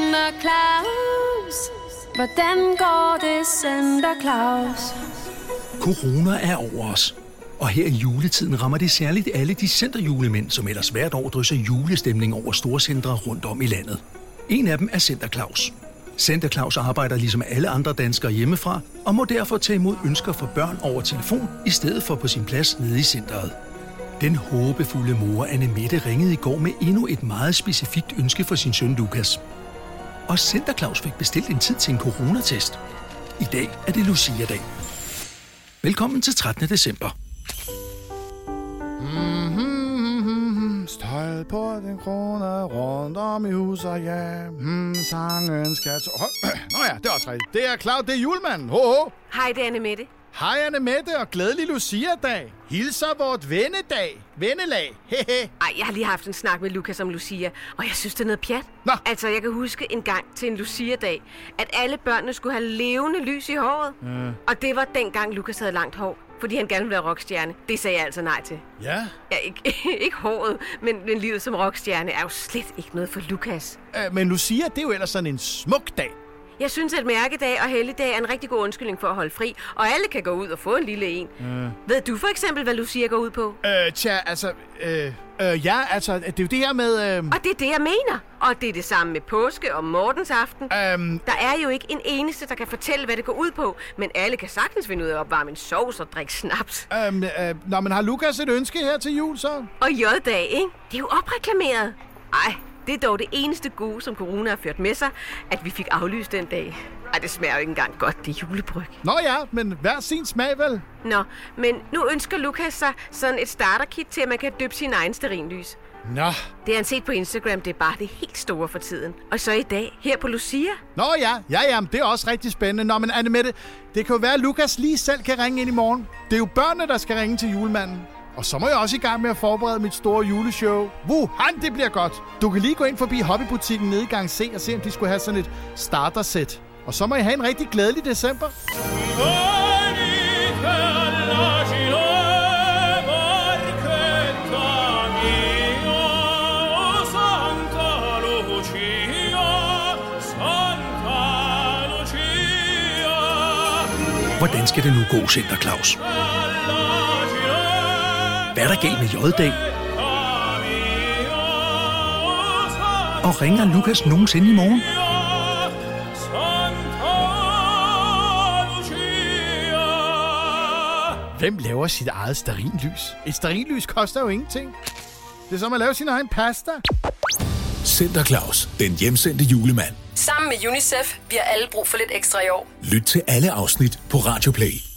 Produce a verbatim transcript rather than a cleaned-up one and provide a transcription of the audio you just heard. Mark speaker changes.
Speaker 1: Santa Claus? Hvordan går det, Santa Claus?
Speaker 2: Corona er over os, og her i juletiden rammer det særligt alle de centerjulemænd, som ellers hvert år drysser julestemning over storcentre rundt om i landet. En af dem er Santa Claus. Santa Claus arbejder ligesom alle andre danskere hjemmefra, og må derfor tage imod ønsker fra børn over telefon, i stedet for på sin plads nede i centret. Den håbefulde mor Annemette ringede i går med endnu et meget specifikt ønske for sin søn Lukas. Og Santa Claus fik bestilt en tid til en coronatest. I dag er det Lucia-dag. Velkommen til trettende december.
Speaker 3: Mm-hmm, støj på den krone rundt om i huset, ja. Mm, sangen skal... T- Nå ja, det er også rigtigt. Det er Claus, det er julemanden. Ho, ho.
Speaker 4: Hej, det er Annemette.
Speaker 3: Hej Annemette, og glædelig Lucia-dag. Hilser vort vennedag. Vennelag. Hehe.
Speaker 4: Ej, jeg har lige haft en snak med Lukas om Lucia, og jeg synes, det er noget pjat.
Speaker 3: Nå.
Speaker 4: Altså, jeg kan huske en gang til en Lucia-dag, at alle børnene skulle have levende lys i håret. Mm. Og det var dengang, Lukas havde langt hår, fordi han gerne ville være rockstjerne. Det sagde jeg altså nej til.
Speaker 3: Ja?
Speaker 4: Ja, ikke, ikke håret, men, men livet som rockstjerne er jo slet ikke noget for Lukas.
Speaker 3: Øh, men Lucia, det er jo ellers sådan en smuk dag.
Speaker 4: Jeg synes, at mærkedag og helligdag er en rigtig god undskyldning for at holde fri, og alle kan gå ud og få en lille en. Mm. Ved du for eksempel, hvad Lucia går ud på?
Speaker 3: Øh, tja, altså... Øh, øh, ja, altså, det er jo det her med... Øh...
Speaker 4: Og det er det, jeg mener. Og det er det samme med påske og Mortens aften.
Speaker 3: Um...
Speaker 4: Der er jo ikke en eneste, der kan fortælle, hvad det går ud på, men alle kan sagtens finde ud af at opvarme en sovs og drikke snaps.
Speaker 3: Um, øh, nå, men har Lukas et ønske her til jul, så?
Speaker 4: Og J-dag, ikke? Det er jo opreklameret. Ej, det er dog det eneste gode, som corona har ført med sig, at vi fik aflyst den dag. Ej, det smager jo ikke engang godt, det er julebryg.
Speaker 3: Nå ja, men hver sin smag vel?
Speaker 4: Nå, men nu ønsker Lukas sig sådan et starterkit til, at man kan dyppe sin egen stearinlys.
Speaker 3: Nå.
Speaker 4: Det har han set på Instagram, det er bare det helt store for tiden. Og så i dag, her på Lucia.
Speaker 3: Nå ja, ja, ja, det er også rigtig spændende. Nå, men Annemette, det kan jo være, at Lukas lige selv kan ringe ind i morgen. Det er jo børnene, der skal ringe til julemanden. Og så må jeg også i gang med at forberede mit store juleshow. Wuhan, det bliver godt. Du kan lige gå ind forbi hobbybutikken nede i gang C og se, om de skulle have sådan et starter-sæt. Og så må I have en rigtig glædelig december.
Speaker 2: Hvordan skal det nu gå, Santa Claus? Hvad er der galt med J-dag? Og ringer Lukas nogensinde i morgen?
Speaker 3: Hvem laver sit eget stearinlys? Et stearinlys koster jo ingenting. Det er som at lave sin egen pasta.
Speaker 5: Santa Claus, den hjemsendte julemand.
Speaker 6: Sammen med UNICEF, vi har alle brug for lidt ekstra i år.
Speaker 5: Lyt til alle afsnit på Radio Play.